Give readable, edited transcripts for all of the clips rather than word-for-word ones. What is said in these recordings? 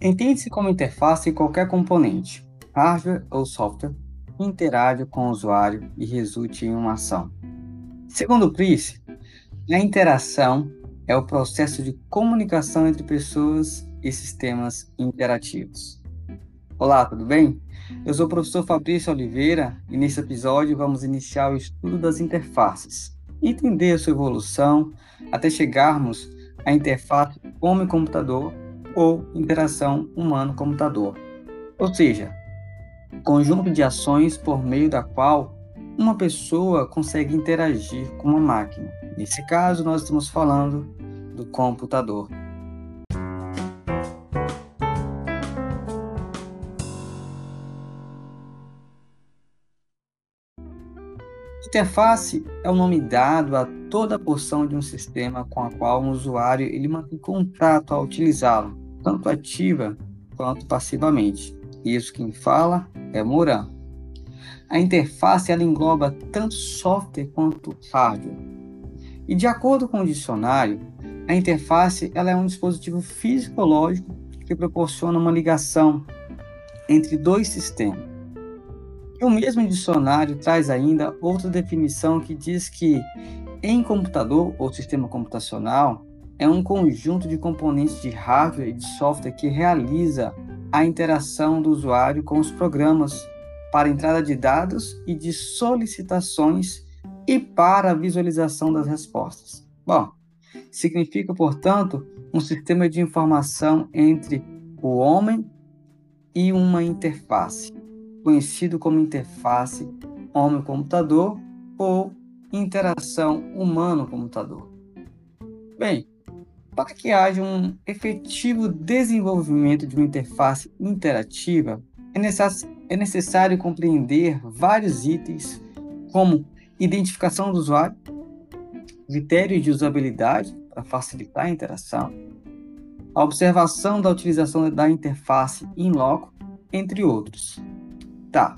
Entende-se como interface qualquer componente, hardware ou software, que interage com o usuário e resulte em uma ação. Segundo Price, a interação é o processo de comunicação entre pessoas e sistemas interativos. Olá, tudo bem? Eu sou o professor Fabrício Oliveira e nesse episódio vamos iniciar o estudo das interfaces, entender a sua evolução até chegarmos à interface homem-computador ou interação humano-computador, ou seja, conjunto de ações por meio da qual uma pessoa consegue interagir com uma máquina. Nesse caso, nós estamos falando do computador. Interface é o nome dado a toda a porção de um sistema com a qual um usuário ele mantém contato ao utilizá-lo, tanto ativa quanto passivamente. Isso quem fala é Moran. A interface ela engloba tanto software quanto hardware. E de acordo com o dicionário, a interface ela é um dispositivo fisiológico que proporciona uma ligação entre dois sistemas. E o mesmo dicionário traz ainda outra definição que diz que em computador ou sistema computacional é um conjunto de componentes de hardware e de software que realiza a interação do usuário com os programas para entrada de dados e de solicitações e para a visualização das respostas. Bom, significa, portanto, um sistema de informação entre o homem e uma interface, conhecido como interface homem-computador ou interação humano-computador. Bem, para que haja um efetivo desenvolvimento de uma interface interativa, é necessário compreender vários itens, como identificação do usuário, critérios de usabilidade para facilitar a interação, a observação da utilização da interface in loco, entre outros. Tá,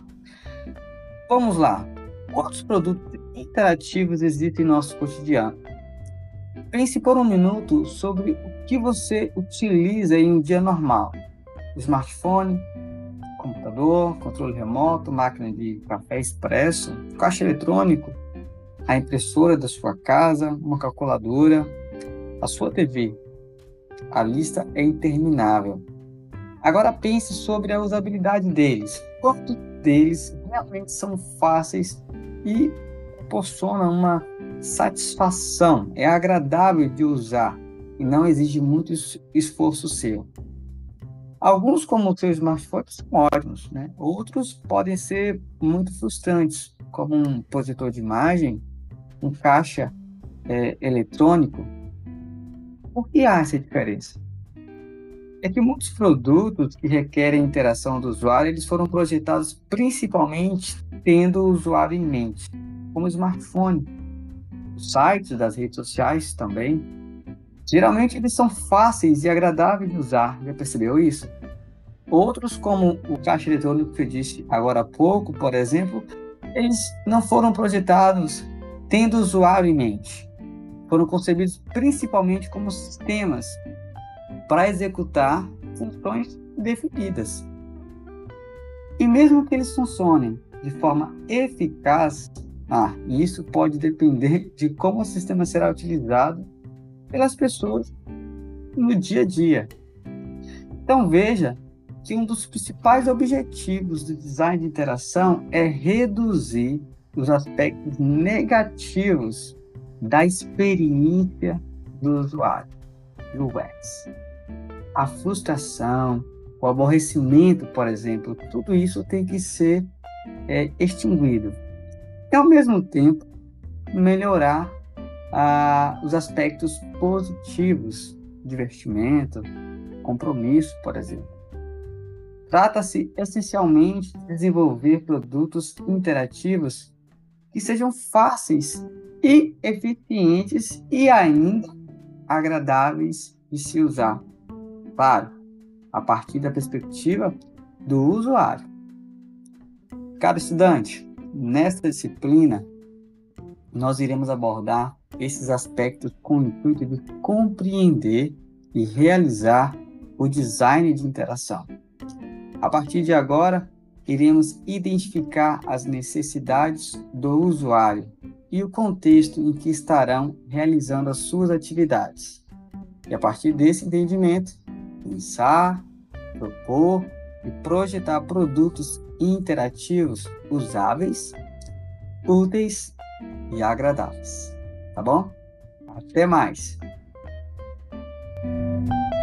vamos lá. Quantos produtos interativos existem em nosso cotidiano? Pense por um minuto sobre o que você utiliza em um dia normal. Smartphone, computador, controle remoto, máquina de café expresso, caixa eletrônico, a impressora da sua casa, uma calculadora, a sua TV. A lista é interminável. Agora pense sobre a usabilidade deles. Quantos deles realmente são fáceis e proporcionam uma satisfação? É agradável de usar e não exige muito esforço seu. Alguns, como o seu smartphone, são ótimos, né? Outros podem ser muito frustrantes, como um projetor de imagem, um caixa eletrônico. Por que há essa diferença? É que muitos produtos que requerem interação do usuário, eles foram projetados principalmente tendo o usuário em mente, como o smartphone, os sites das redes sociais também. Geralmente eles são fáceis e agradáveis de usar, já percebeu isso? Outros, como o caixa eletrônico que eu disse agora há pouco, por exemplo, eles não foram projetados tendo o usuário em mente. Foram concebidos principalmente como sistemas para executar funções definidas. E mesmo que eles funcionem de forma eficaz, isso pode depender de como o sistema será utilizado pelas pessoas no dia a dia. Então veja que um dos principais objetivos do design de interação é reduzir os aspectos negativos da experiência do usuário, do UX. A frustração, o aborrecimento, por exemplo, tudo isso tem que ser extinguido. E, ao mesmo tempo, melhorar os aspectos positivos, divertimento, compromisso, por exemplo. Trata-se essencialmente de desenvolver produtos interativos que sejam fáceis e eficientes e ainda agradáveis de se usar. Claro, a partir da perspectiva do usuário. Caro estudante, nesta disciplina, nós iremos abordar esses aspectos com o intuito de compreender e realizar o design de interação. A partir de agora, iremos identificar as necessidades do usuário e o contexto em que estarão realizando as suas atividades. E a partir desse entendimento, pensar, propor e projetar produtos interativos usáveis, úteis e agradáveis. Tá bom? Até mais!